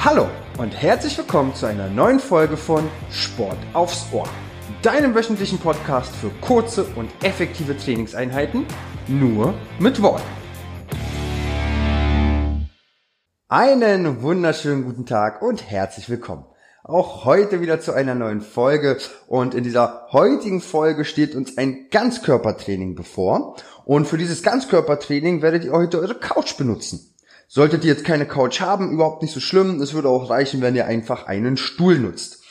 Hallo und herzlich willkommen zu einer neuen Folge von Sport aufs Ohr, deinem wöchentlichen Podcast für kurze und effektive Trainingseinheiten, nur mit Worten. Einen wunderschönen guten Tag und herzlich willkommen. Auch heute wieder zu einer neuen Folge und in dieser heutigen Folge steht uns ein Ganzkörpertraining bevor und für dieses Ganzkörpertraining werdet ihr heute eure Couch benutzen. Solltet ihr jetzt keine Couch haben, überhaupt nicht so schlimm. Es würde auch reichen, wenn ihr einfach einen Stuhl nutzt.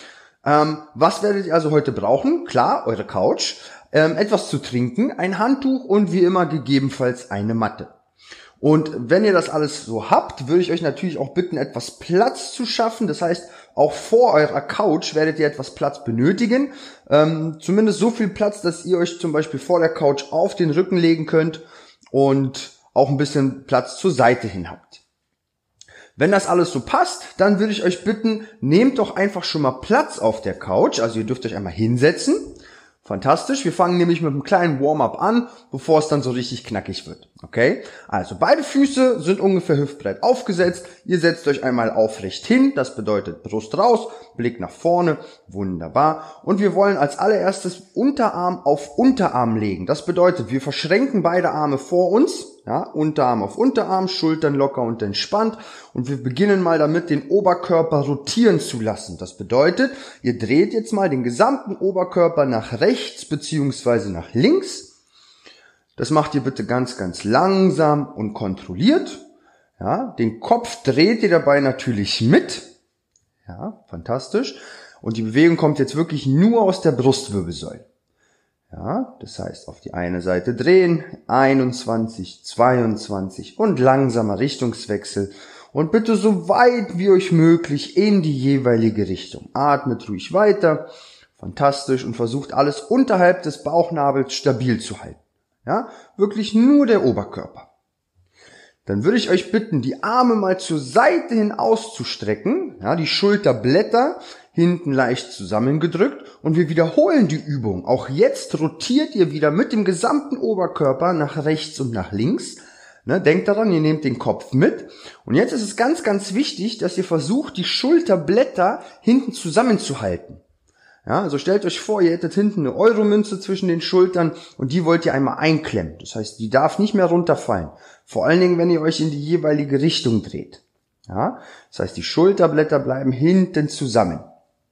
Was werdet ihr also heute brauchen? Klar, eure Couch, etwas zu trinken, ein Handtuch und wie immer gegebenenfalls eine Matte. Und wenn ihr das alles so habt, würde ich euch natürlich auch bitten, etwas Platz zu schaffen. Das heißt, auch vor eurer Couch werdet ihr etwas Platz benötigen. Zumindest so viel Platz, dass ihr euch zum Beispiel vor der Couch auf den Rücken legen könnt und auch ein bisschen Platz zur Seite hin habt. Wenn das alles so passt, dann würde ich euch bitten, nehmt doch einfach schon mal Platz auf der Couch. Also ihr dürft euch einmal hinsetzen. Fantastisch. Wir fangen nämlich mit einem kleinen Warm-up an, bevor es dann so richtig knackig wird. Okay? Also beide Füße sind ungefähr hüftbreit aufgesetzt. Ihr setzt euch einmal aufrecht hin. Das bedeutet Brust raus, Blick nach vorne. Wunderbar. Und wir wollen als allererstes Unterarm auf Unterarm legen. Das bedeutet, wir verschränken beide Arme vor uns. Ja, Unterarm auf Unterarm, Schultern locker und entspannt. Und wir beginnen mal damit, den Oberkörper rotieren zu lassen. Das bedeutet, ihr dreht jetzt mal den gesamten Oberkörper nach rechts bzw. nach links. Das macht ihr bitte ganz, ganz langsam und kontrolliert. Ja, den Kopf dreht ihr dabei natürlich mit. Ja, fantastisch. Und die Bewegung kommt jetzt wirklich nur aus der Brustwirbelsäule. Ja, das heißt, auf die eine Seite drehen, 21, 22 und langsamer Richtungswechsel und bitte so weit wie euch möglich in die jeweilige Richtung. Atmet ruhig weiter, fantastisch und versucht alles unterhalb des Bauchnabels stabil zu halten. Ja, wirklich nur der Oberkörper. Dann würde ich euch bitten, die Arme mal zur Seite hin auszustrecken, ja, die Schulterblätter hinten leicht zusammengedrückt und wir wiederholen die Übung. Auch jetzt rotiert ihr wieder mit dem gesamten Oberkörper nach rechts und nach links. Ne, denkt daran, ihr nehmt den Kopf mit. Und jetzt ist es ganz, ganz wichtig, dass ihr versucht, die Schulterblätter hinten zusammenzuhalten. Ja, also stellt euch vor, ihr hättet hinten eine Euromünze zwischen den Schultern und die wollt ihr einmal einklemmen. Das heißt, die darf nicht mehr runterfallen. Vor allen Dingen, wenn ihr euch in die jeweilige Richtung dreht. Ja, das heißt, die Schulterblätter bleiben hinten zusammen.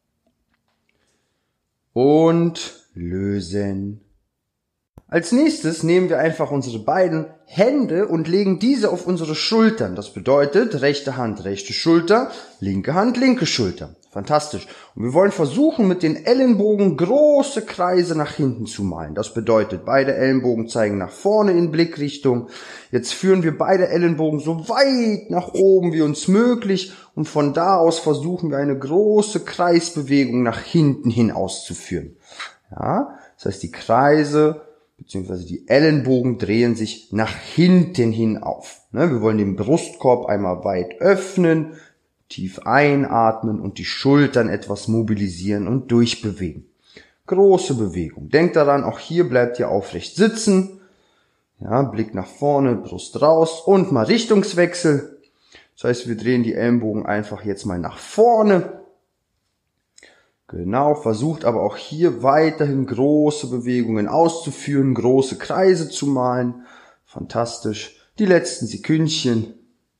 Und lösen. Als nächstes nehmen wir einfach unsere beiden Hände und legen diese auf unsere Schultern. Das bedeutet, rechte Hand, rechte Schulter, linke Hand, linke Schulter. Fantastisch. Und wir wollen versuchen, mit den Ellenbogen große Kreise nach hinten zu malen. Das bedeutet, beide Ellenbogen zeigen nach vorne in Blickrichtung. Jetzt führen wir beide Ellenbogen so weit nach oben wie uns möglich und von da aus versuchen wir eine große Kreisbewegung nach hinten hin auszuführen. Ja, das heißt, die Kreise bzw. die Ellenbogen drehen sich nach hinten hin auf. Wir wollen den Brustkorb einmal weit öffnen, tief einatmen und die Schultern etwas mobilisieren und durchbewegen. Große Bewegung. Denkt daran, auch hier bleibt ihr aufrecht sitzen. Ja, Blick nach vorne, Brust raus und mal Richtungswechsel. Das heißt, wir drehen die Ellenbogen einfach jetzt mal nach vorne. Genau, versucht aber auch hier weiterhin große Bewegungen auszuführen, große Kreise zu malen. Fantastisch. Die letzten Sekündchen.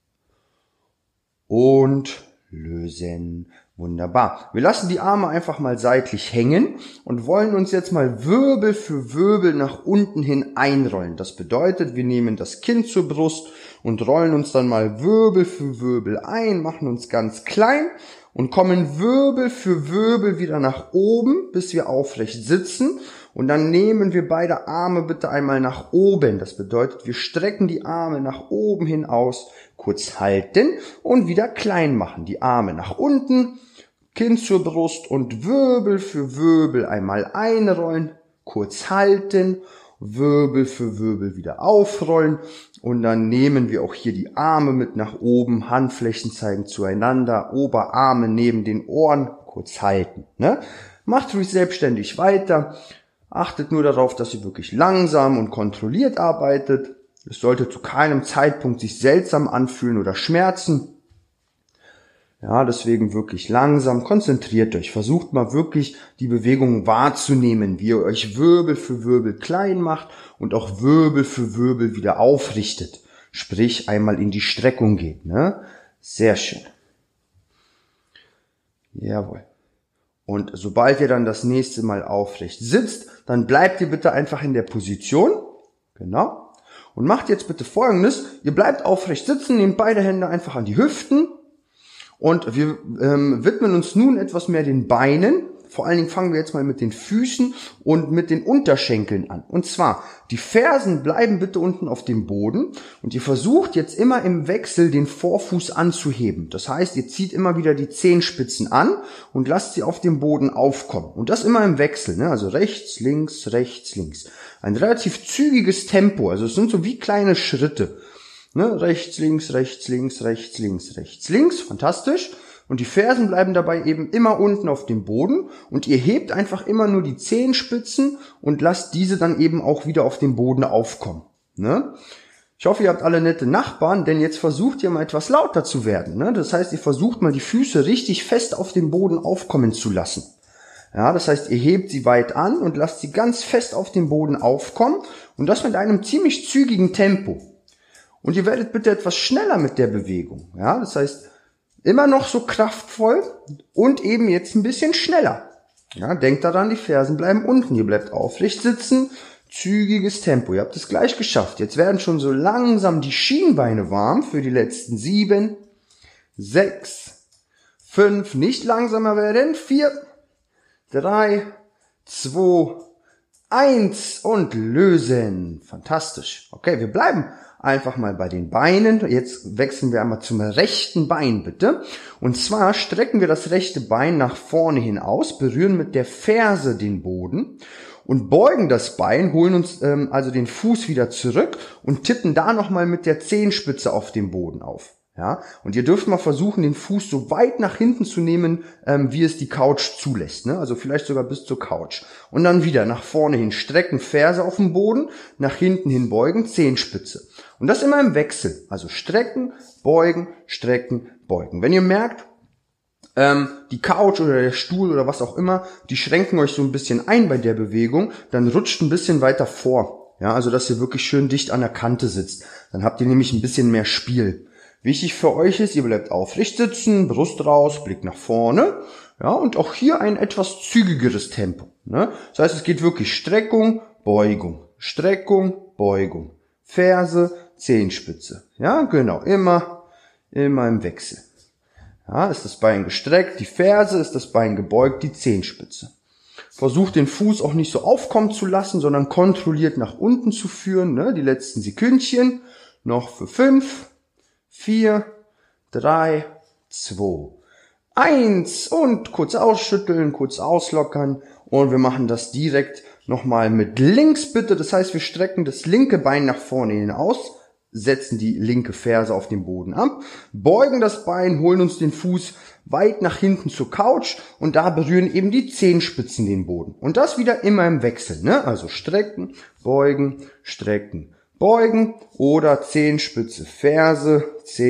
Und lösen. Wunderbar. Wir lassen die Arme einfach mal seitlich hängen und wollen uns jetzt mal Wirbel für Wirbel nach unten hin einrollen. Das bedeutet, wir nehmen das Kinn zur Brust und rollen uns dann mal Wirbel für Wirbel ein, machen uns ganz klein und kommen Wirbel für Wirbel wieder nach oben, bis wir aufrecht sitzen. Und dann nehmen wir beide Arme bitte einmal nach oben. Das bedeutet, wir strecken die Arme nach oben hin aus, kurz halten und wieder klein machen. Die Arme nach unten, Kinn zur Brust und Wirbel für Wirbel einmal einrollen, kurz halten, Wirbel für Wirbel wieder aufrollen. Und dann nehmen wir auch hier die Arme mit nach oben, Handflächen zeigen zueinander, Oberarme neben den Ohren, kurz halten. Macht ruhig selbstständig weiter. Achtet nur darauf, dass ihr wirklich langsam und kontrolliert arbeitet. Es sollte zu keinem Zeitpunkt sich seltsam anfühlen oder schmerzen. Ja, deswegen wirklich langsam, konzentriert euch, versucht mal wirklich die Bewegung wahrzunehmen, wie ihr euch Wirbel für Wirbel klein macht und auch Wirbel für Wirbel wieder aufrichtet. Sprich, einmal in die Streckung geht, ne? Sehr schön. Jawohl. Und sobald ihr dann das nächste Mal aufrecht sitzt, dann bleibt ihr bitte einfach in der Position. Genau. Und macht jetzt bitte Folgendes. Ihr bleibt aufrecht sitzen, nehmt beide Hände einfach an die Hüften. Und wir widmen uns nun etwas mehr den Beinen. Vor allen Dingen fangen wir jetzt mal mit den Füßen und mit den Unterschenkeln an. Und zwar, die Fersen bleiben bitte unten auf dem Boden und ihr versucht jetzt immer im Wechsel den Vorfuß anzuheben. Das heißt, ihr zieht immer wieder die Zehenspitzen an und lasst sie auf dem Boden aufkommen. Und das immer im Wechsel, ne? Also rechts, links, rechts, links. Ein relativ zügiges Tempo, also es sind so wie kleine Schritte. Ne? Rechts, links, rechts, links, rechts, links, rechts, links. Fantastisch. Und die Fersen bleiben dabei eben immer unten auf dem Boden und ihr hebt einfach immer nur die Zehenspitzen und lasst diese dann eben auch wieder auf dem Boden aufkommen. Ne? Ich hoffe, ihr habt alle nette Nachbarn, denn jetzt versucht ihr mal etwas lauter zu werden. Ne? Das heißt, ihr versucht mal die Füße richtig fest auf dem Boden aufkommen zu lassen. Ja, das heißt, ihr hebt sie weit an und lasst sie ganz fest auf dem Boden aufkommen und das mit einem ziemlich zügigen Tempo. Und ihr werdet bitte etwas schneller mit der Bewegung. Ja, das heißt, immer noch so kraftvoll und eben jetzt ein bisschen schneller. Ja, denkt daran, die Fersen bleiben unten. Ihr bleibt aufrecht sitzen. Zügiges Tempo. Ihr habt es gleich geschafft. Jetzt werden schon so langsam die Schienbeine warm für die letzten 7, 6, 5. Nicht langsamer werden. 4, 3, 2, 1 und lösen. Fantastisch. Okay, wir bleiben einfach mal bei den Beinen. Jetzt wechseln wir einmal zum rechten Bein, bitte. Und zwar strecken wir das rechte Bein nach vorne hin aus, berühren mit der Ferse den Boden und beugen das Bein, holen uns also den Fuß wieder zurück und tippen da nochmal mit der Zehenspitze auf den Boden auf. Ja, und ihr dürft mal versuchen, den Fuß so weit nach hinten zu nehmen, wie es die Couch zulässt. Ne? Also vielleicht sogar bis zur Couch. Und dann wieder nach vorne hin strecken, Ferse auf dem Boden, nach hinten hin beugen, Zehenspitze. Und das immer im Wechsel. Also strecken, beugen, beugen. Wenn ihr merkt, die Couch oder der Stuhl oder was auch immer, die schränken euch so ein bisschen ein bei der Bewegung, dann rutscht ein bisschen weiter vor. Ja, also dass ihr wirklich schön dicht an der Kante sitzt. Dann habt ihr nämlich ein bisschen mehr Spiel. Wichtig für euch ist, ihr bleibt aufrecht sitzen, Brust raus, Blick nach vorne. Ja, und auch hier ein etwas zügigeres Tempo. Ne? Das heißt, es geht wirklich Streckung, Beugung, Ferse, Zehenspitze. Ja, genau, immer im Wechsel. Ja, ist das Bein gestreckt, die Ferse, ist das Bein gebeugt, die Zehenspitze. Versucht den Fuß auch nicht so aufkommen zu lassen, sondern kontrolliert nach unten zu führen. Ne? Die letzten Sekündchen. Noch für 5, 4, 3, 2, 1 und kurz ausschütteln, kurz auslockern und wir machen das direkt nochmal mit links bitte. Das heißt, wir strecken das linke Bein nach vorne hin aus, setzen die linke Ferse auf den Boden ab, beugen das Bein, holen uns den Fuß weit nach hinten zur Couch und da berühren eben die Zehenspitzen den Boden. Und das wieder immer im Wechsel, ne? Also strecken, beugen, beugen oder Zehenspitze, Ferse.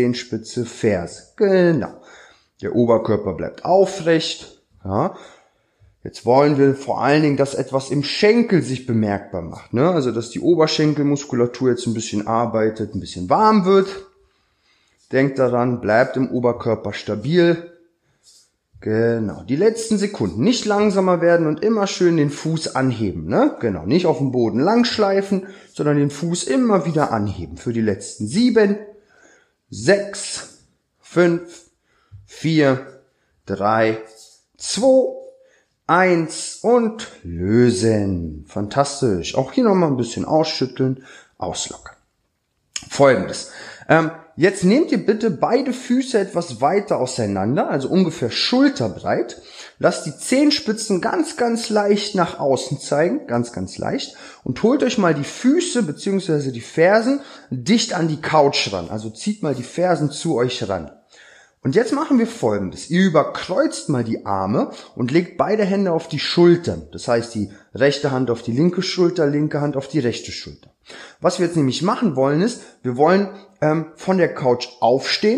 Genau. Der Oberkörper bleibt aufrecht. Ja. Jetzt wollen wir vor allen Dingen, dass etwas im Schenkel sich bemerkbar macht. Ne? Also, dass die Oberschenkelmuskulatur jetzt ein bisschen arbeitet, ein bisschen warm wird. Denkt daran, bleibt im Oberkörper stabil. Genau, die letzten Sekunden. Nicht langsamer werden und immer schön den Fuß anheben. Ne? Genau, nicht auf dem Boden langschleifen, sondern den Fuß immer wieder anheben. Für die letzten 7, 6, 5, 4, 3, 2, 1 und lösen. Fantastisch. Auch hier nochmal ein bisschen ausschütteln, auslockern. Folgendes. Jetzt nehmt ihr bitte beide Füße etwas weiter auseinander, also ungefähr schulterbreit. Lasst die Zehenspitzen ganz, ganz leicht nach außen zeigen, ganz, ganz leicht. Und holt euch mal die Füße bzw. die Fersen dicht an die Couch ran. Also zieht mal die Fersen zu euch ran. Und jetzt machen wir Folgendes. Ihr überkreuzt mal die Arme und legt beide Hände auf die Schultern. Das heißt, die rechte Hand auf die linke Schulter, linke Hand auf die rechte Schulter. Was wir jetzt nämlich machen wollen ist, wir wollen von der Couch aufstehen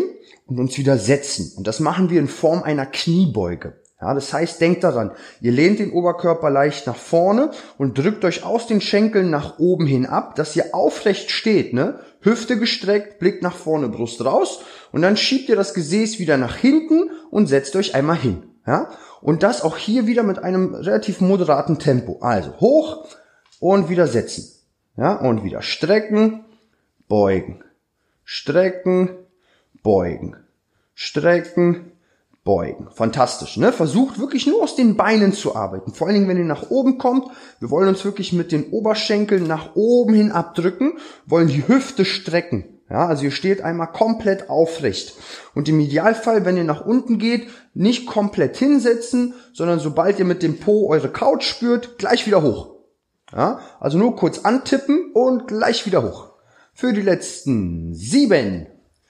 und uns wieder setzen. Und das machen wir in Form einer Kniebeuge. Ja, das heißt, denkt daran, ihr lehnt den Oberkörper leicht nach vorne und drückt euch aus den Schenkeln nach oben hin ab, dass ihr aufrecht steht, ne? Hüfte gestreckt, Blick nach vorne, Brust raus und dann schiebt ihr das Gesäß wieder nach hinten und setzt euch einmal hin. Ja? Und das auch hier wieder mit einem relativ moderaten Tempo. Also hoch und wieder setzen. Ja? Und wieder strecken, beugen, strecken, beugen, strecken, beugen. Fantastisch, ne? Versucht wirklich nur aus den Beinen zu arbeiten. Vor allen Dingen, wenn ihr nach oben kommt. Wir wollen uns wirklich mit den Oberschenkeln nach oben hin abdrücken, wollen die Hüfte strecken. Ja, also ihr steht einmal komplett aufrecht. Und im Idealfall, wenn ihr nach unten geht, nicht komplett hinsetzen, sondern sobald ihr mit dem Po eure Couch spürt, gleich wieder hoch. Ja, also nur kurz antippen und gleich wieder hoch. Für die letzten 7,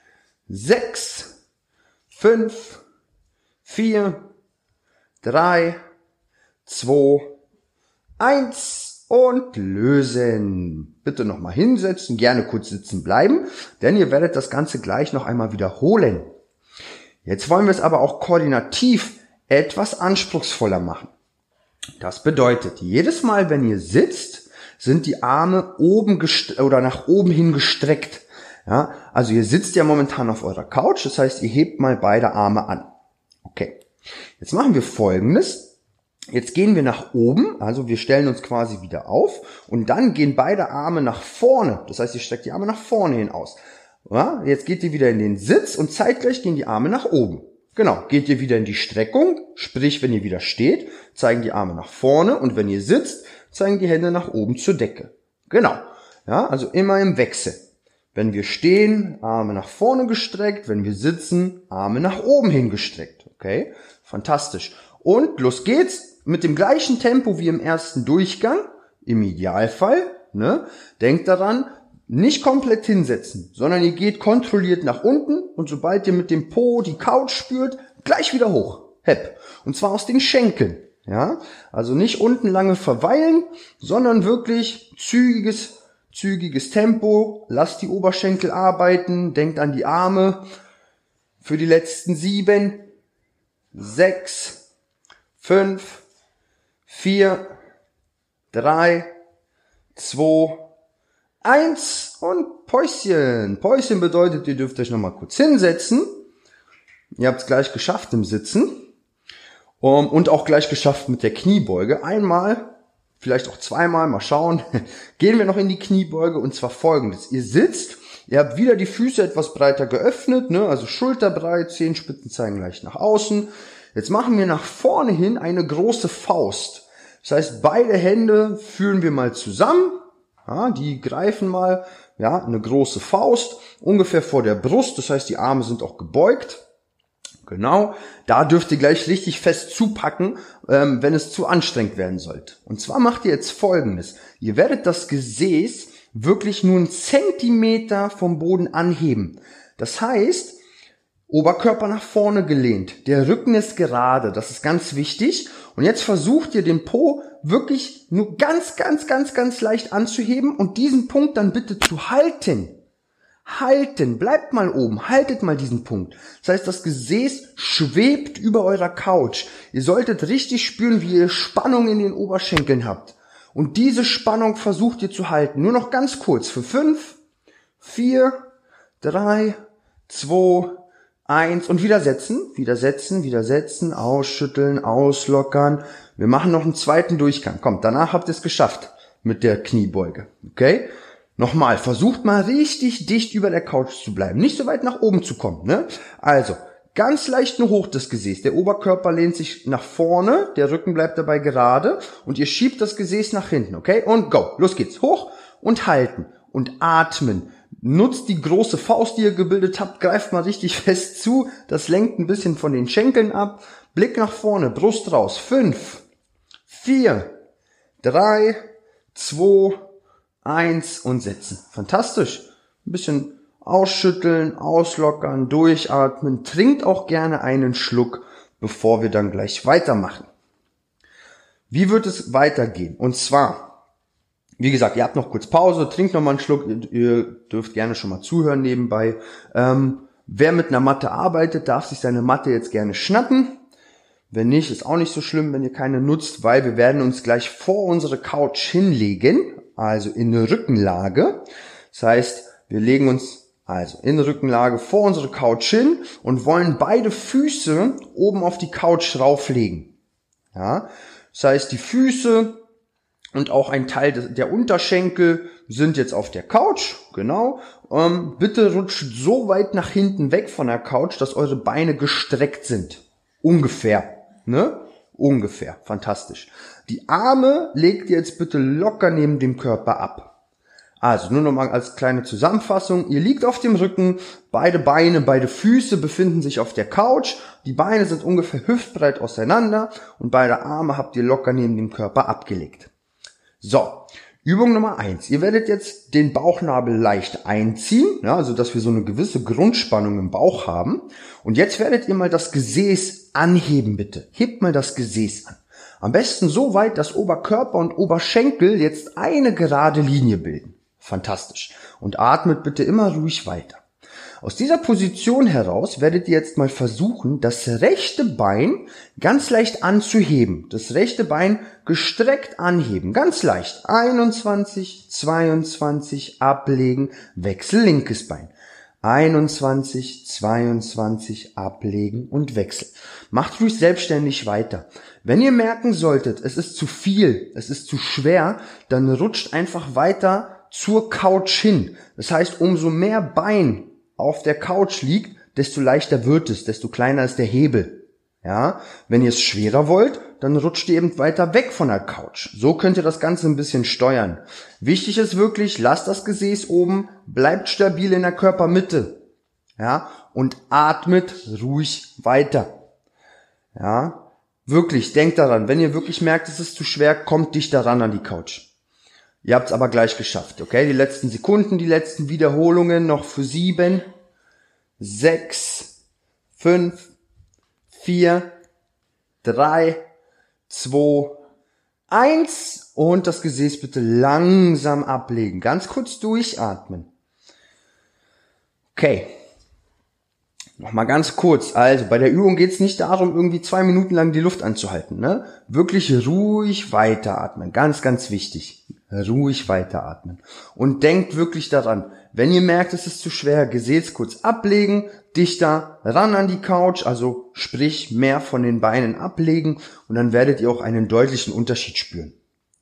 6, 5, 4, 3, 2, 1 und lösen. Bitte nochmal hinsetzen, gerne kurz sitzen bleiben, denn ihr werdet das Ganze gleich noch einmal wiederholen. Jetzt wollen wir es aber auch koordinativ etwas anspruchsvoller machen. Das bedeutet, jedes Mal, wenn ihr sitzt, sind die Arme oben oder nach oben hin gestreckt. Ja, also ihr sitzt ja momentan auf eurer Couch, das heißt, ihr hebt mal beide Arme an. Okay, jetzt machen wir Folgendes. Jetzt gehen wir nach oben, also wir stellen uns quasi wieder auf und dann gehen beide Arme nach vorne. Das heißt, ihr streckt die Arme nach vorne hin aus. Ja, jetzt geht ihr wieder in den Sitz und zeitgleich gehen die Arme nach oben. Genau, geht ihr wieder in die Streckung, sprich, wenn ihr wieder steht, zeigen die Arme nach vorne und wenn ihr sitzt, zeigen die Hände nach oben zur Decke. Genau, ja, also immer im Wechsel. Wenn wir stehen, Arme nach vorne gestreckt, wenn wir sitzen, Arme nach oben hin gestreckt. Okay, fantastisch. Und los geht's mit dem gleichen Tempo wie im ersten Durchgang, im Idealfall. Ne? Denkt daran, nicht komplett hinsetzen, sondern ihr geht kontrolliert nach unten und sobald ihr mit dem Po die Couch spürt, gleich wieder hoch. Hepp. Und zwar aus den Schenkeln. Ja, also nicht unten lange verweilen, sondern wirklich zügiges Tempo. Lasst die Oberschenkel arbeiten, denkt an die Arme. Für die letzten 7, 6, 5, 4, 3, 2, 1 und Päuschen. Päuschen bedeutet, ihr dürft euch nochmal kurz hinsetzen. Ihr habt es gleich geschafft im Sitzen. Und auch gleich geschafft mit der Kniebeuge. Einmal, vielleicht auch zweimal, mal schauen. Gehen wir noch in die Kniebeuge und zwar Folgendes. Ihr sitzt, ihr habt wieder die Füße etwas breiter geöffnet, ne? Also schulterbreit, Zehenspitzen zeigen leicht nach außen. Jetzt machen wir nach vorne hin eine große Faust. Das heißt, beide Hände führen wir mal zusammen. Ja, die greifen mal, ja, eine große Faust, ungefähr vor der Brust. Das heißt, die Arme sind auch gebeugt. Genau, da dürft ihr gleich richtig fest zupacken, wenn es zu anstrengend werden sollte. Und zwar macht ihr jetzt Folgendes. Ihr werdet das Gesäß wirklich nur 1 Zentimeter vom Boden anheben. Das heißt, Oberkörper nach vorne gelehnt. Der Rücken ist gerade, das ist ganz wichtig. Und jetzt versucht ihr den Po wirklich nur ganz leicht anzuheben und diesen Punkt dann bitte zu halten. Halten, bleibt mal oben, haltet mal diesen Punkt. Das heißt, das Gesäß schwebt über eurer Couch. Ihr solltet richtig spüren, wie ihr Spannung in den Oberschenkeln habt. Und diese Spannung versucht ihr zu halten. Nur noch ganz kurz für 5, 4, 3, 2, 1 und wieder setzen, ausschütteln, auslockern. Wir machen noch einen zweiten Durchgang. Kommt, danach habt ihr es geschafft mit der Kniebeuge. Okay? Nochmal, versucht mal richtig dicht über der Couch zu bleiben. Nicht so weit nach oben zu kommen, ne? Also, ganz leicht nur hoch das Gesäß. Der Oberkörper lehnt sich nach vorne, der Rücken bleibt dabei gerade und ihr schiebt das Gesäß nach hinten, okay? Und go, los geht's. Hoch und halten und atmen. Nutzt die große Faust, die ihr gebildet habt, greift mal richtig fest zu. Das lenkt ein bisschen von den Schenkeln ab. Blick nach vorne, Brust raus. 5, 4, 3, 2, 1 und setzen. Fantastisch. Ein bisschen ausschütteln, auslockern, durchatmen. Trinkt auch gerne einen Schluck, bevor wir dann gleich weitermachen. Wie wird es weitergehen? Und zwar, wie gesagt, ihr habt noch kurz Pause, trinkt noch mal einen Schluck. Ihr dürft gerne schon mal zuhören nebenbei. Wer mit einer Matte arbeitet, darf sich seine Matte jetzt gerne schnappen. Wenn nicht, ist auch nicht so schlimm, wenn ihr keine nutzt, weil wir werden uns gleich vor unsere Couch hinlegen, also in eine Rückenlage. Das heißt, wir legen uns also in eine Rückenlage vor unsere Couch hin und wollen beide Füße oben auf die Couch rauflegen. Ja, das heißt, die Füße und auch ein Teil der Unterschenkel sind jetzt auf der Couch, genau. Bitte rutscht so weit nach hinten weg von der Couch, dass eure Beine gestreckt sind. Ungefähr, ne? Ungefähr, fantastisch. Die Arme legt ihr jetzt bitte locker neben dem Körper ab. Also nur nochmal als kleine Zusammenfassung. Ihr liegt auf dem Rücken, beide Beine, beide Füße befinden sich auf der Couch. Die Beine sind ungefähr hüftbreit auseinander und beide Arme habt ihr locker neben dem Körper abgelegt. So, Übung Nummer 1. Ihr werdet jetzt den Bauchnabel leicht einziehen, ja, also dass wir so eine gewisse Grundspannung im Bauch haben. Und jetzt werdet ihr mal das Gesäß anheben, bitte. Hebt mal das Gesäß an. Am besten so weit, dass Oberkörper und Oberschenkel jetzt eine gerade Linie bilden. Fantastisch. Und atmet bitte immer ruhig weiter. Aus dieser Position heraus werdet ihr jetzt mal versuchen, das rechte Bein ganz leicht anzuheben. Das rechte Bein gestreckt anheben. Ganz leicht. 21, 22, ablegen, Wechsel, linkes Bein. 21, 22, ablegen und Wechsel. Macht ruhig selbstständig weiter. Wenn ihr merken solltet, es ist zu viel, es ist zu schwer, dann rutscht einfach weiter zur Couch hin. Das heißt, umso mehr Bein auf der Couch liegt, desto leichter wird es, desto kleiner ist der Hebel. Ja, wenn ihr es schwerer wollt, dann rutscht ihr eben weiter weg von der Couch. So könnt ihr das Ganze ein bisschen steuern. Wichtig ist wirklich, lasst das Gesäß oben, bleibt stabil in der Körpermitte. Ja, und atmet ruhig weiter. Ja, wirklich, denkt daran, wenn ihr wirklich merkt, es ist zu schwer, kommt dichter ran an die Couch. Ihr habt es aber gleich geschafft, okay? Die letzten Sekunden, die letzten Wiederholungen noch für 7, 6, 5, 4, 3, 2, 1 und das Gesäß bitte langsam ablegen. Ganz kurz durchatmen. Okay. Nochmal ganz kurz. Also bei der Übung geht es nicht darum, irgendwie 2 Minuten lang die Luft anzuhalten, ne? Wirklich ruhig weiteratmen. Ganz, ganz wichtig. Ruhig weiteratmen. Und denkt wirklich daran, wenn ihr merkt, es ist zu schwer, Gesäß kurz ablegen, dichter ran an die Couch, also sprich mehr von den Beinen ablegen und dann werdet ihr auch einen deutlichen Unterschied spüren.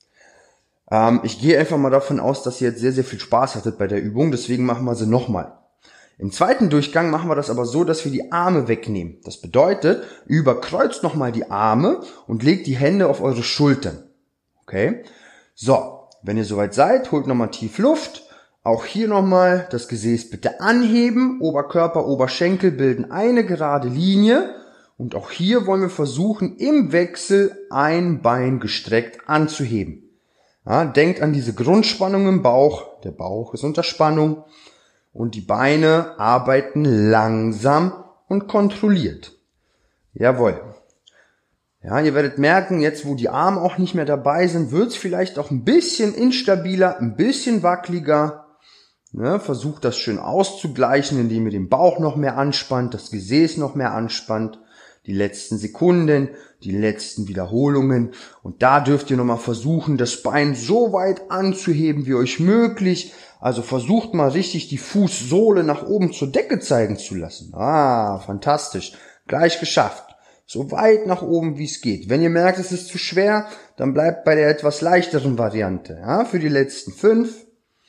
Ich gehe einfach mal davon aus, dass ihr jetzt sehr, sehr viel Spaß hattet bei der Übung, deswegen machen wir sie nochmal. Im zweiten Durchgang machen wir das aber so, dass wir die Arme wegnehmen. Das bedeutet, überkreuzt nochmal die Arme und legt die Hände auf eure Schultern. Okay? So. Wenn ihr soweit seid, holt nochmal tief Luft. Auch hier nochmal das Gesäß bitte anheben. Oberkörper, Oberschenkel bilden eine gerade Linie. Und auch hier wollen wir versuchen, im Wechsel ein Bein gestreckt anzuheben. Ja, denkt an diese Grundspannung im Bauch. Der Bauch ist unter Spannung. Und die Beine arbeiten langsam und kontrolliert. Jawohl. Ja, ihr werdet merken, jetzt wo die Arme auch nicht mehr dabei sind, wird es vielleicht auch ein bisschen instabiler, ein bisschen wackeliger. Ne, versucht das schön auszugleichen, indem ihr den Bauch noch mehr anspannt, das Gesäß noch mehr anspannt, die letzten Sekunden, die letzten Wiederholungen. Und da dürft ihr nochmal versuchen, das Bein so weit anzuheben wie euch möglich. Also versucht mal richtig die Fußsohle nach oben zur Decke zeigen zu lassen. Ah, fantastisch. Gleich geschafft. So weit nach oben, wie es geht. Wenn ihr merkt, es ist zu schwer, dann bleibt bei der etwas leichteren Variante. Ja, für die letzten 5,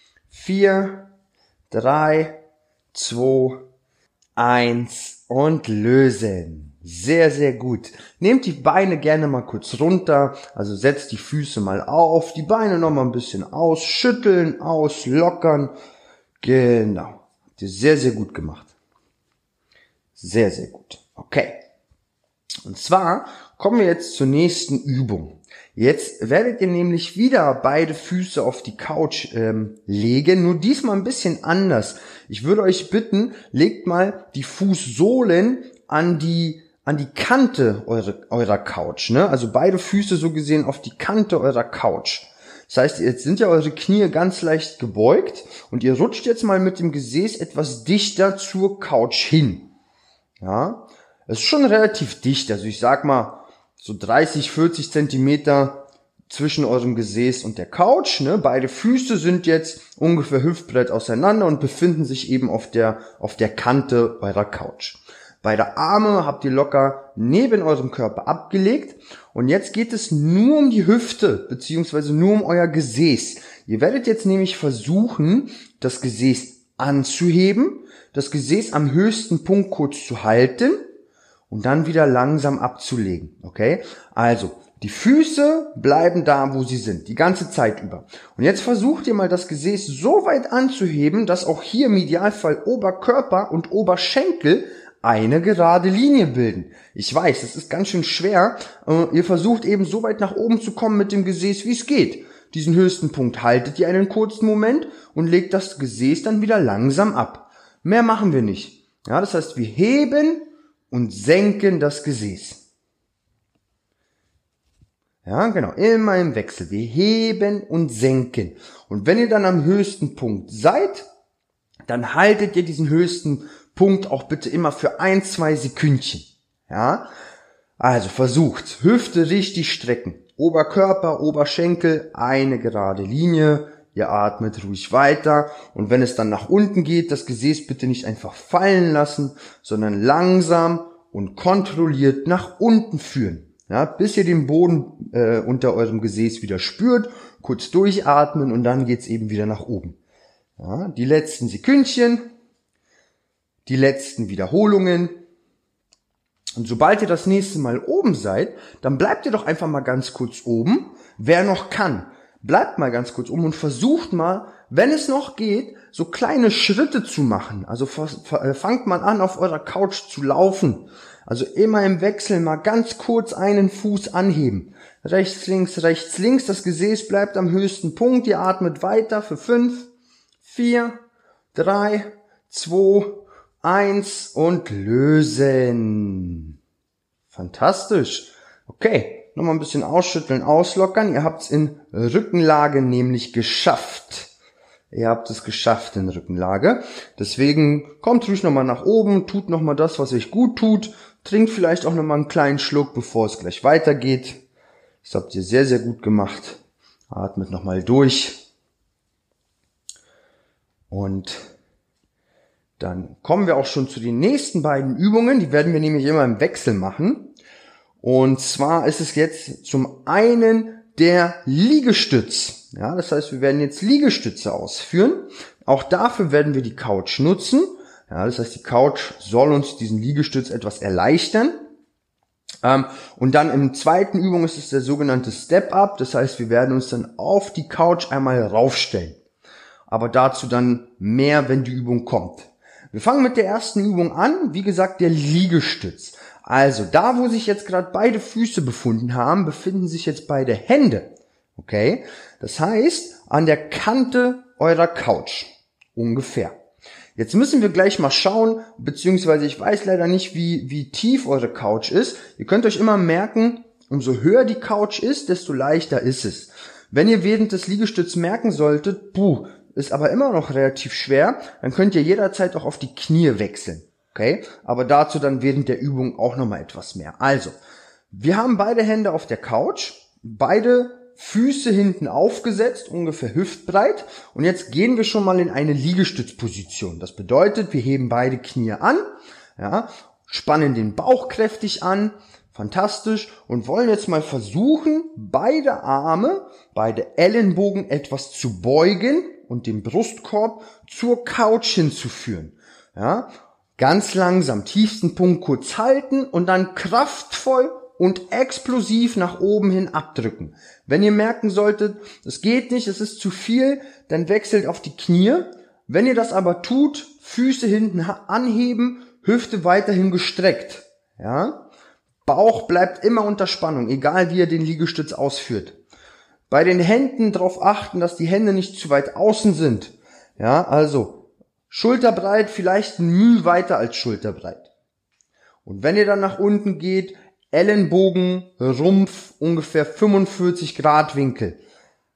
4, 3, 2, 1 und lösen. Sehr, sehr gut. Nehmt die Beine gerne mal kurz runter, also setzt die Füße mal auf, die Beine noch mal ein bisschen ausschütteln, auslockern. Genau. Habt ihr sehr, sehr gut gemacht. Sehr, sehr gut. Okay. Und zwar kommen wir jetzt zur nächsten Übung. Jetzt werdet ihr nämlich wieder beide Füße auf die Couch legen, nur diesmal ein bisschen anders. Ich würde euch bitten, legt mal die Fußsohlen an die Kante eurer Couch, ne? Also beide Füße so gesehen auf die Kante eurer Couch. Das heißt, jetzt sind ja eure Knie ganz leicht gebeugt und ihr rutscht jetzt mal mit dem Gesäß etwas dichter zur Couch hin. Ja, es ist schon relativ dicht, also ich sag mal so 30, 40 Zentimeter zwischen eurem Gesäß und der Couch. Ne? Beide Füße sind jetzt ungefähr hüftbreit auseinander und befinden sich eben auf der Kante eurer Couch. Beide Arme habt ihr locker neben eurem Körper abgelegt und jetzt geht es nur um die Hüfte beziehungsweise nur um euer Gesäß. Ihr werdet jetzt nämlich versuchen, das Gesäß anzuheben, das Gesäß am höchsten Punkt kurz zu halten und dann wieder langsam abzulegen. Okay? Also, die Füße bleiben da, wo sie sind, die ganze Zeit über. Und jetzt versucht ihr mal das Gesäß so weit anzuheben, dass auch hier im Idealfall Oberkörper und Oberschenkel eine gerade Linie bilden. Ich weiß, es ist ganz schön schwer. Ihr versucht eben so weit nach oben zu kommen mit dem Gesäß, wie es geht. Diesen höchsten Punkt haltet ihr einen kurzen Moment und legt das Gesäß dann wieder langsam ab. Mehr machen wir nicht. Ja, das heißt, wir heben und senken das Gesäß. Ja, genau, immer im Wechsel. Wir heben und senken. Und wenn ihr dann am höchsten Punkt seid, dann haltet ihr diesen höchsten Punkt auch bitte immer für 1-2 Sekündchen. Ja, also versucht, Hüfte richtig strecken. Oberkörper, Oberschenkel, eine gerade Linie. Ihr atmet ruhig weiter. Und wenn es dann nach unten geht, das Gesäß bitte nicht einfach fallen lassen, sondern langsam und kontrolliert nach unten führen. Ja, bis ihr den Boden unter eurem Gesäß wieder spürt, kurz durchatmen und dann geht's eben wieder nach oben. Ja, die letzten Sekündchen, die letzten Wiederholungen. Und sobald ihr das nächste Mal oben seid, dann bleibt ihr doch einfach mal ganz kurz oben. Wer noch kann, bleibt mal ganz kurz oben und versucht mal, wenn es noch geht, so kleine Schritte zu machen. Also fangt mal an, auf eurer Couch zu laufen. Also immer im Wechsel mal ganz kurz einen Fuß anheben. Rechts, links, das Gesäß bleibt am höchsten Punkt. Ihr atmet weiter für 5, 4, 3, 2, 1 und lösen. Fantastisch. Okay, nochmal ein bisschen ausschütteln, auslockern. Ihr habt es in Rückenlage nämlich geschafft. Ihr habt es geschafft in Rückenlage. Deswegen kommt ruhig nochmal nach oben, tut nochmal das, was euch gut tut. Trinkt vielleicht auch nochmal einen kleinen Schluck, bevor es gleich weitergeht. Das habt ihr sehr, sehr gut gemacht. Atmet nochmal durch. Und dann kommen wir auch schon zu den nächsten beiden Übungen. Die werden wir nämlich immer im Wechsel machen. Und zwar ist es jetzt zum einen der Liegestütz. Ja, das heißt, wir werden jetzt Liegestütze ausführen. Auch dafür werden wir die Couch nutzen. Ja, das heißt, die Couch soll uns diesen Liegestütz etwas erleichtern. Und dann im zweiten Übung ist es der sogenannte Step-Up. Das heißt, wir werden uns dann auf die Couch einmal raufstellen. Aber dazu dann mehr, wenn die Übung kommt. Wir fangen mit der ersten Übung an. Wie gesagt, der Liegestütz. Also da, wo sich jetzt gerade beide Füße befunden haben, befinden sich jetzt beide Hände. Okay? Das heißt, an der Kante eurer Couch. Ungefähr. Jetzt müssen wir gleich mal schauen, beziehungsweise ich weiß leider nicht, wie tief eure Couch ist. Ihr könnt euch immer merken, umso höher die Couch ist, desto leichter ist es. Wenn ihr während des Liegestützes merken solltet, ist aber immer noch relativ schwer, dann könnt ihr jederzeit auch auf die Knie wechseln. Okay? Aber dazu dann während der Übung auch nochmal etwas mehr. Also, wir haben beide Hände auf der Couch, beide Füße hinten aufgesetzt, ungefähr hüftbreit. Und jetzt gehen wir schon mal in eine Liegestützposition. Das bedeutet, wir heben beide Knie an, ja, spannen den Bauch kräftig an, fantastisch, und wollen jetzt mal versuchen, beide Arme, beide Ellenbogen etwas zu beugen und den Brustkorb zur Couch hinzuführen. Ja, ganz langsam, tiefsten Punkt kurz halten und dann kraftvoll und explosiv nach oben hin abdrücken. Wenn ihr merken solltet, es geht nicht, es ist zu viel, dann wechselt auf die Knie. Wenn ihr das aber tut, Füße hinten anheben, Hüfte weiterhin gestreckt. Ja? Bauch bleibt immer unter Spannung, egal wie ihr den Liegestütz ausführt. Bei den Händen darauf achten, dass die Hände nicht zu weit außen sind. Ja, also schulterbreit, vielleicht ein Müh weiter als schulterbreit. Und wenn ihr dann nach unten geht, Ellenbogen, Rumpf, ungefähr 45 Grad Winkel.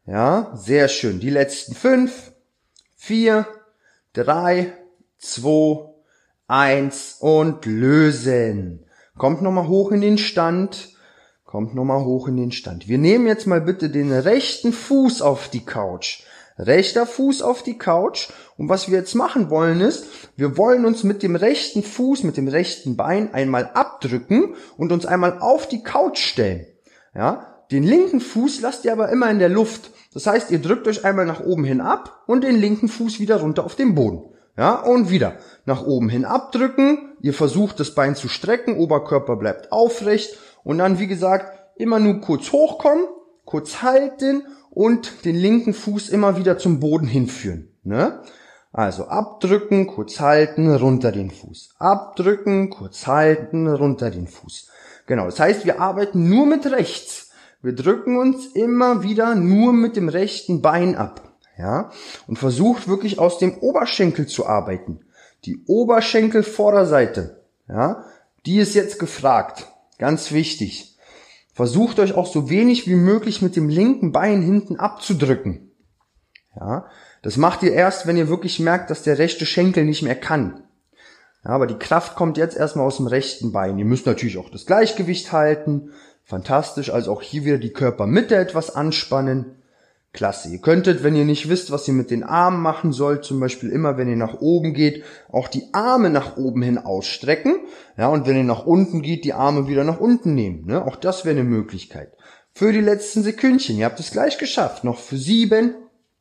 Ja, sehr schön. Die letzten 5, 4, 3, 2, 1 und lösen. Kommt nochmal hoch in den Stand. Kommt nochmal hoch in den Stand. Wir nehmen jetzt mal bitte den rechten Fuß auf die Couch. Rechter Fuß auf die Couch. Und was wir jetzt machen wollen ist, wir wollen uns mit dem rechten Fuß, mit dem rechten Bein einmal abdrücken und uns einmal auf die Couch stellen. Ja, den linken Fuß lasst ihr aber immer in der Luft. Das heißt, ihr drückt euch einmal nach oben hin ab und den linken Fuß wieder runter auf den Boden. Ja, und wieder nach oben hin abdrücken. Ihr versucht das Bein zu strecken, Oberkörper bleibt aufrecht und dann, wie gesagt, immer nur kurz hochkommen, kurz halten und den linken Fuß immer wieder zum Boden hinführen. Ne? Also abdrücken, kurz halten, runter den Fuß. Abdrücken, kurz halten, runter den Fuß. Genau, das heißt, wir arbeiten nur mit rechts. Wir drücken uns immer wieder nur mit dem rechten Bein ab. Ja, und versucht wirklich aus dem Oberschenkel zu arbeiten. Die Oberschenkelvorderseite, ja, die ist jetzt gefragt. Ganz wichtig. Versucht euch auch so wenig wie möglich mit dem linken Bein hinten abzudrücken. Ja, das macht ihr erst, wenn ihr wirklich merkt, dass der rechte Schenkel nicht mehr kann. Ja, aber die Kraft kommt jetzt erstmal aus dem rechten Bein. Ihr müsst natürlich auch das Gleichgewicht halten. Fantastisch, also auch hier wieder die Körpermitte etwas anspannen. Klasse. Ihr könntet, wenn ihr nicht wisst, was ihr mit den Armen machen sollt, zum Beispiel immer, wenn ihr nach oben geht, auch die Arme nach oben hin ausstrecken. Ja, und wenn ihr nach unten geht, die Arme wieder nach unten nehmen. Ne? Auch das wäre eine Möglichkeit. Für die letzten Sekündchen. Ihr habt es gleich geschafft. Noch für 7,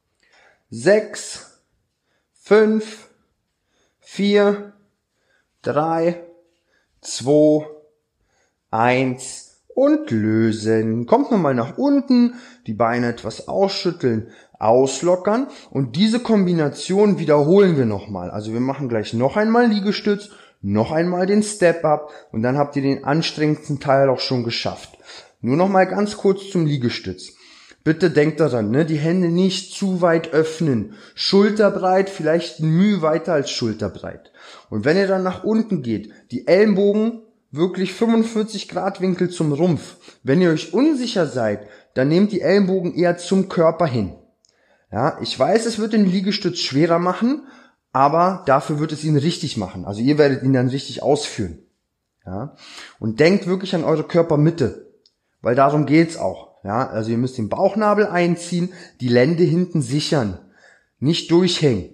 6, 5, 4, 3, 2, 1 und lösen. Kommt nochmal nach unten, die Beine etwas ausschütteln, auslockern und diese Kombination wiederholen wir nochmal. Also wir machen gleich noch einmal Liegestütz, noch einmal den Step-Up und dann habt ihr den anstrengendsten Teil auch schon geschafft. Nur nochmal ganz kurz zum Liegestütz. Bitte denkt daran, ne, die Hände nicht zu weit öffnen. Schulterbreit, vielleicht ein Mühe weiter als schulterbreit. Und wenn ihr dann nach unten geht, die Ellenbogen wirklich 45 Grad Winkel zum Rumpf. Wenn ihr euch unsicher seid, dann nehmt die Ellenbogen eher zum Körper hin. Ja, ich weiß, es wird den Liegestütz schwerer machen, aber dafür wird es ihn richtig machen. Also ihr werdet ihn dann richtig ausführen. Ja, und denkt wirklich an eure Körpermitte, weil darum geht's auch. Ja, also ihr müsst den Bauchnabel einziehen, die Lende hinten sichern, nicht durchhängen.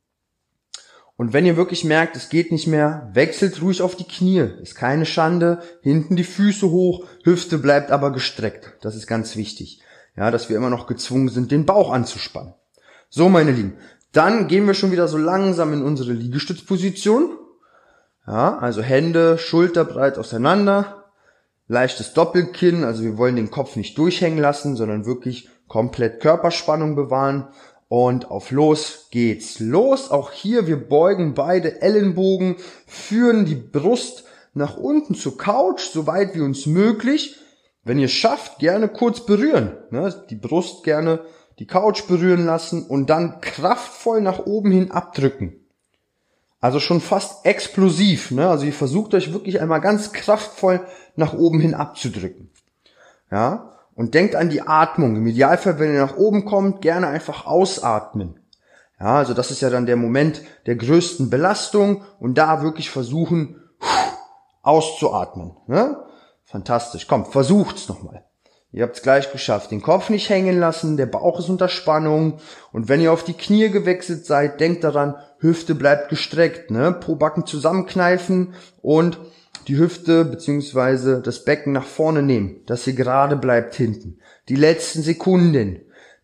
Und wenn ihr wirklich merkt, es geht nicht mehr, wechselt ruhig auf die Knie. Ist keine Schande. Hinten die Füße hoch, Hüfte bleibt aber gestreckt. Das ist ganz wichtig. Ja, dass wir immer noch gezwungen sind, den Bauch anzuspannen. So, meine Lieben. Dann gehen wir schon wieder so langsam in unsere Liegestützposition. Ja, also Hände schulterbreit auseinander. Leichtes Doppelkinn. Also wir wollen den Kopf nicht durchhängen lassen, sondern wirklich komplett Körperspannung bewahren. Und auf los geht's. Los, auch hier, wir beugen beide Ellenbogen, führen die Brust nach unten zur Couch, soweit wie uns möglich. Wenn ihr es schafft, gerne kurz berühren. Ne? Die Brust gerne die Couch berühren lassen und dann kraftvoll nach oben hin abdrücken. Also schon fast explosiv. Ne? Also ihr versucht euch wirklich einmal ganz kraftvoll nach oben hin abzudrücken. Ja. Und denkt an die Atmung. Im Idealfall, wenn ihr nach oben kommt, gerne einfach ausatmen. Ja, also das ist ja dann der Moment der größten Belastung und da wirklich versuchen, auszuatmen. Ne? Fantastisch. Kommt, versucht's nochmal. Ihr habt's gleich geschafft. Den Kopf nicht hängen lassen, der Bauch ist unter Spannung. Und wenn ihr auf die Knie gewechselt seid, denkt daran, Hüfte bleibt gestreckt. Ne? Pobacken zusammenkneifen und die Hüfte bzw. das Becken nach vorne nehmen, dass ihr gerade bleibt hinten. Die letzten Sekunden,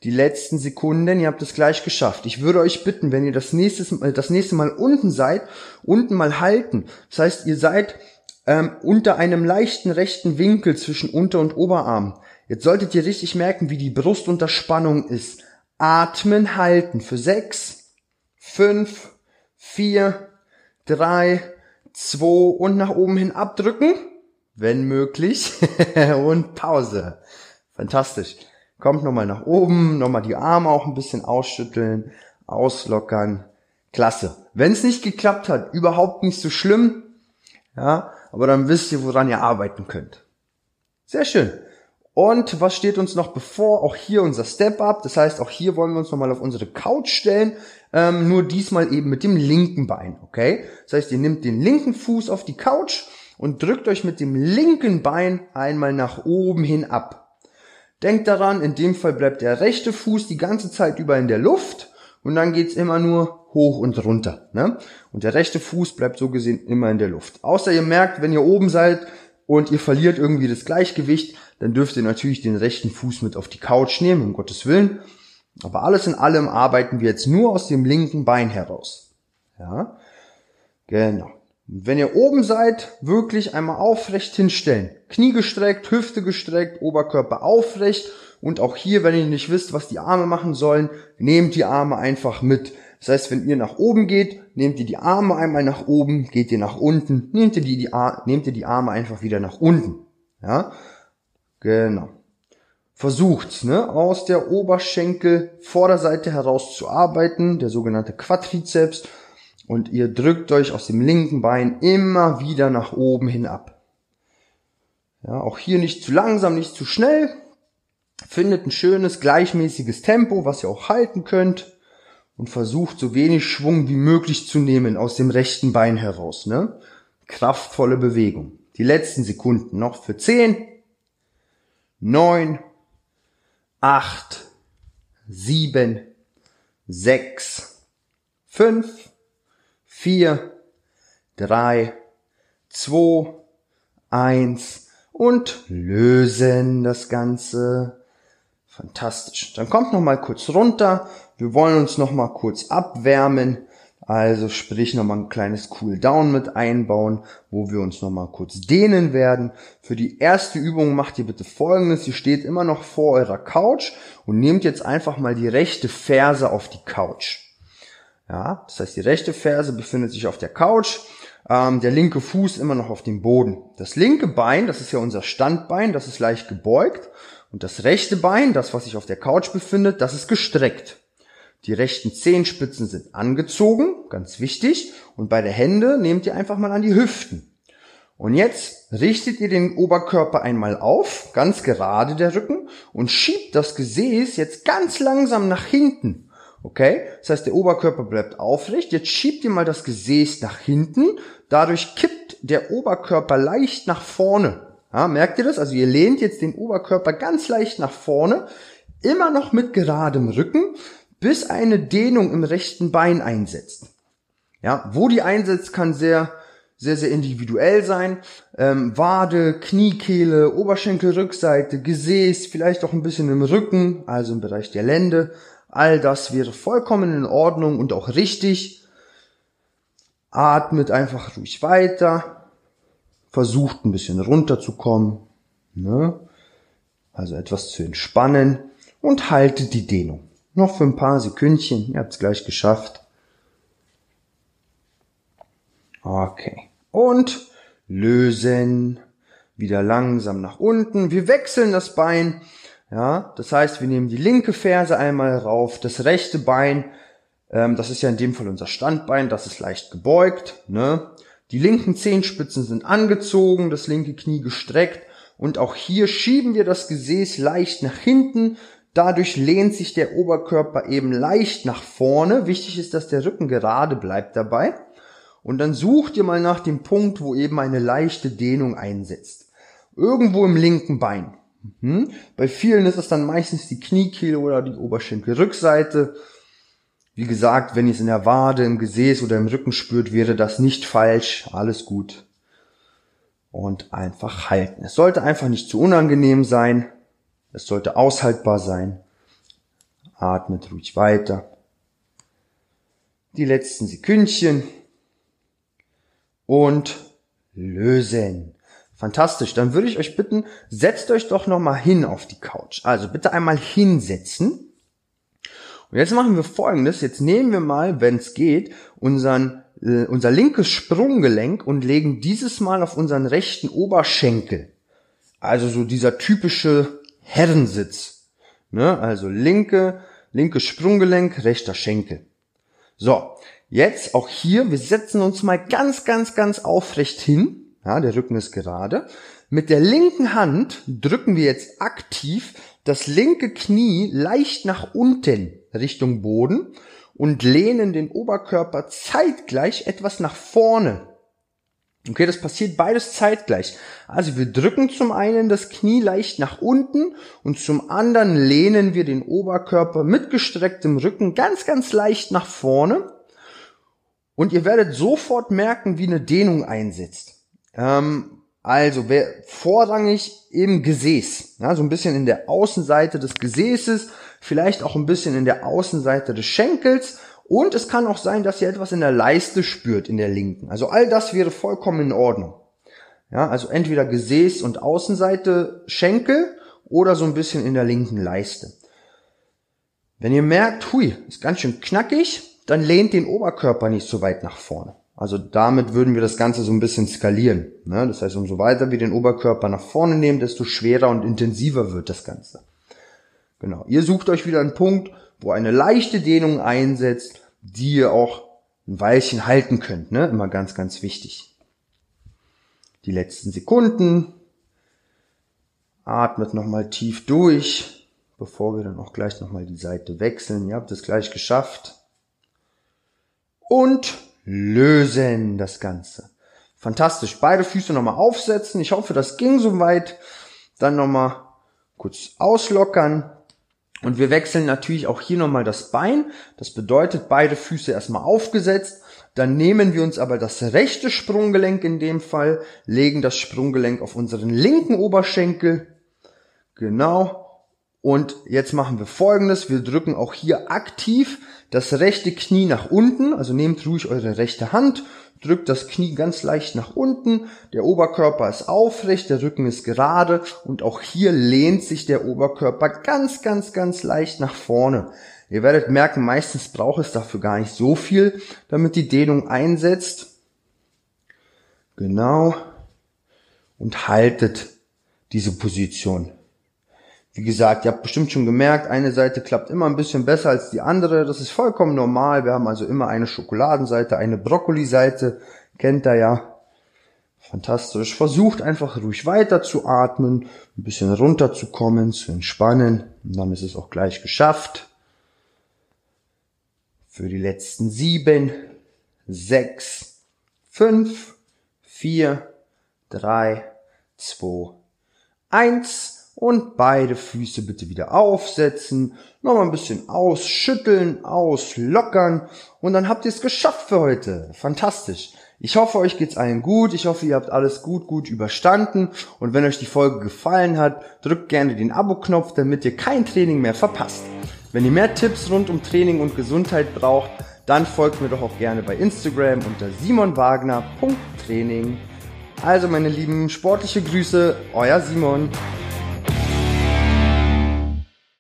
ihr habt es gleich geschafft. Ich würde euch bitten, wenn ihr das nächste Mal unten seid, unten mal halten. Das heißt, ihr seid unter einem leichten rechten Winkel zwischen Unter- und Oberarm. Jetzt solltet ihr richtig merken, wie die Brust unter Spannung ist. Atmen, halten für 6, 5, 4, 3, 2 und nach oben hin abdrücken, wenn möglich, und Pause. Fantastisch. Kommt nochmal nach oben, nochmal die Arme auch ein bisschen ausschütteln, auslockern. Klasse. Wenn es nicht geklappt hat, überhaupt nicht so schlimm, ja, aber dann wisst ihr, woran ihr arbeiten könnt. Sehr schön. Und was steht uns noch bevor? Auch hier unser Step-Up. Das heißt, auch hier wollen wir uns nochmal auf unsere Couch stellen. Nur diesmal eben mit dem linken Bein, okay? Das heißt, ihr nehmt den linken Fuß auf die Couch und drückt euch mit dem linken Bein einmal nach oben hin ab. Denkt daran, in dem Fall bleibt der rechte Fuß die ganze Zeit über in der Luft und dann geht's immer nur hoch und runter, ne? Und der rechte Fuß bleibt so gesehen immer in der Luft. Außer ihr merkt, wenn ihr oben seid und ihr verliert irgendwie das Gleichgewicht, dann dürft ihr natürlich den rechten Fuß mit auf die Couch nehmen, um Gottes Willen. Aber alles in allem arbeiten wir jetzt nur aus dem linken Bein heraus. Ja, genau. Und wenn ihr oben seid, wirklich einmal aufrecht hinstellen. Knie gestreckt, Hüfte gestreckt, Oberkörper aufrecht. Und auch hier, wenn ihr nicht wisst, was die Arme machen sollen, nehmt die Arme einfach mit. Das heißt, wenn ihr nach oben geht, nehmt ihr die Arme einmal nach oben, geht ihr nach unten, nehmt ihr die Arme einfach wieder nach unten. Ja, genau. Versucht, aus der Oberschenkel-Vorderseite heraus zu arbeiten, der sogenannte Quadrizeps, und ihr drückt euch aus dem linken Bein immer wieder nach oben hin ab. Ja, auch hier nicht zu langsam, nicht zu schnell. Findet ein schönes, gleichmäßiges Tempo, was ihr auch halten könnt, und versucht so wenig Schwung wie möglich zu nehmen aus dem rechten Bein heraus. Kraftvolle Bewegung. Die letzten Sekunden noch für 10, 9, 8, 7, 6, 5, 4, 3, 2, 1 und lösen das Ganze. Fantastisch. Dann kommt noch mal kurz runter. Wir wollen uns noch mal kurz abwärmen. Also sprich noch mal ein kleines Cool-Down mit einbauen, wo wir uns noch mal kurz dehnen werden. Für die erste Übung macht ihr bitte Folgendes. Ihr steht immer noch vor eurer Couch und nehmt jetzt einfach mal die rechte Ferse auf die Couch. Ja, das heißt, die rechte Ferse befindet sich auf der Couch, der linke Fuß immer noch auf dem Boden. Das linke Bein, das ist ja unser Standbein, das ist leicht gebeugt. Und das rechte Bein, das, was sich auf der Couch befindet, das ist gestreckt. Die rechten Zehenspitzen sind angezogen, ganz wichtig. Und bei der Hände nehmt ihr einfach mal an die Hüften. Und jetzt richtet ihr den Oberkörper einmal auf, ganz gerade der Rücken, und schiebt das Gesäß jetzt ganz langsam nach hinten. Okay? Das heißt, der Oberkörper bleibt aufrecht. Jetzt schiebt ihr mal das Gesäß nach hinten. Dadurch kippt der Oberkörper leicht nach vorne. Ja, merkt ihr das? Also ihr lehnt jetzt den Oberkörper ganz leicht nach vorne, immer noch mit geradem Rücken, bis eine Dehnung im rechten Bein einsetzt. Ja, wo die einsetzt, kann sehr, sehr, sehr individuell sein. Wade, Kniekehle, Oberschenkelrückseite, Gesäß, vielleicht auch ein bisschen im Rücken, also im Bereich der Lende. All das wäre vollkommen in Ordnung und auch richtig. Atmet einfach ruhig weiter. Versucht ein bisschen runterzukommen, also etwas zu entspannen und haltet die Dehnung. Noch für ein paar Sekündchen, ihr habt es gleich geschafft. Okay, und lösen, wieder langsam nach unten. Wir wechseln das Bein, ja, das heißt, wir nehmen die linke Ferse einmal rauf, das rechte Bein, das ist ja in dem Fall unser Standbein, das ist leicht gebeugt, Die linken Zehenspitzen sind angezogen, das linke Knie gestreckt und auch hier schieben wir das Gesäß leicht nach hinten. Dadurch lehnt sich der Oberkörper eben leicht nach vorne. Wichtig ist, dass der Rücken gerade bleibt dabei. Und dann sucht ihr mal nach dem Punkt, wo eben eine leichte Dehnung einsetzt. Irgendwo im linken Bein. Bei vielen ist es dann meistens die Kniekehle oder die Oberschenkelrückseite. Wie gesagt, wenn ihr es in der Wade, im Gesäß oder im Rücken spürt, wäre das nicht falsch. Alles gut. Und einfach halten. Es sollte einfach nicht zu unangenehm sein. Es sollte aushaltbar sein. Atmet ruhig weiter. Die letzten Sekündchen. Und lösen. Fantastisch. Dann würde ich euch bitten, setzt euch doch nochmal hin auf die Couch. Also bitte einmal hinsetzen. Und jetzt machen wir Folgendes. Jetzt nehmen wir mal, wenn es geht, unser linkes Sprunggelenk und legen dieses Mal auf unseren rechten Oberschenkel. Also so dieser typische Herrensitz. Also linkes Sprunggelenk, rechter Schenkel. So, jetzt auch hier, wir setzen uns mal ganz, ganz, ganz aufrecht hin. Ja, der Rücken ist gerade. Mit der linken Hand drücken wir jetzt aktiv das linke Knie leicht nach unten Richtung Boden und lehnen den Oberkörper zeitgleich etwas nach vorne. Okay, das passiert beides zeitgleich. Also wir drücken zum einen das Knie leicht nach unten und zum anderen lehnen wir den Oberkörper mit gestrecktem Rücken ganz, ganz leicht nach vorne. Und ihr werdet sofort merken, wie eine Dehnung einsetzt. Also vorrangig im Gesäß, ja, so ein bisschen in der Außenseite des Gesäßes, vielleicht auch ein bisschen in der Außenseite des Schenkels. Und es kann auch sein, dass ihr etwas in der Leiste spürt, in der linken. Also all das wäre vollkommen in Ordnung. Ja, also entweder Gesäß und Außenseite Schenkel oder so ein bisschen in der linken Leiste. Wenn ihr merkt, hui, ist ganz schön knackig, dann lehnt den Oberkörper nicht so weit nach vorne. Also damit würden wir das Ganze so ein bisschen skalieren. Ne? Das heißt, umso weiter wir den Oberkörper nach vorne nehmen, desto schwerer und intensiver wird das Ganze. Genau. Ihr sucht euch wieder einen Punkt, wo eine leichte Dehnung einsetzt, die ihr auch ein Weilchen halten könnt. Ne? Immer ganz, ganz wichtig. Die letzten Sekunden. Atmet nochmal tief durch, bevor wir dann auch gleich nochmal die Seite wechseln. Ihr habt es gleich geschafft. Und lösen das Ganze. Fantastisch. Beide Füße nochmal aufsetzen. Ich hoffe, das ging soweit. Dann nochmal kurz auslockern. Und wir wechseln natürlich auch hier nochmal das Bein. Das bedeutet, beide Füße erstmal aufgesetzt. Dann nehmen wir uns aber das rechte Sprunggelenk in dem Fall, legen das Sprunggelenk auf unseren linken Oberschenkel. Genau. Und jetzt machen wir Folgendes. Wir drücken auch hier aktiv das rechte Knie nach unten. Also nehmt ruhig eure rechte Hand, drückt das Knie ganz leicht nach unten. Der Oberkörper ist aufrecht, der Rücken ist gerade und auch hier lehnt sich der Oberkörper ganz, ganz, ganz leicht nach vorne. Ihr werdet merken, meistens braucht es dafür gar nicht so viel, damit die Dehnung einsetzt. Genau. Und haltet diese Position. Wie gesagt, ihr habt bestimmt schon gemerkt, eine Seite klappt immer ein bisschen besser als die andere. Das ist vollkommen normal. Wir haben also immer eine Schokoladenseite, eine Brokkoliseite. Kennt ihr ja. Fantastisch. Versucht einfach ruhig weiter zu atmen, ein bisschen runterzukommen, zu entspannen. Und dann ist es auch gleich geschafft. Für die letzten 7, 6, 5, 4, 3, 2, 1. Und beide Füße bitte wieder aufsetzen, nochmal ein bisschen ausschütteln, auslockern und dann habt ihr es geschafft für heute. Fantastisch. Ich hoffe, euch geht's allen gut. Ich hoffe, ihr habt alles gut überstanden. Und wenn euch die Folge gefallen hat, drückt gerne den Abo-Knopf, damit ihr kein Training mehr verpasst. Wenn ihr mehr Tipps rund um Training und Gesundheit braucht, dann folgt mir doch auch gerne bei Instagram unter simonwagner.training. Also meine lieben, sportliche Grüße, euer Simon.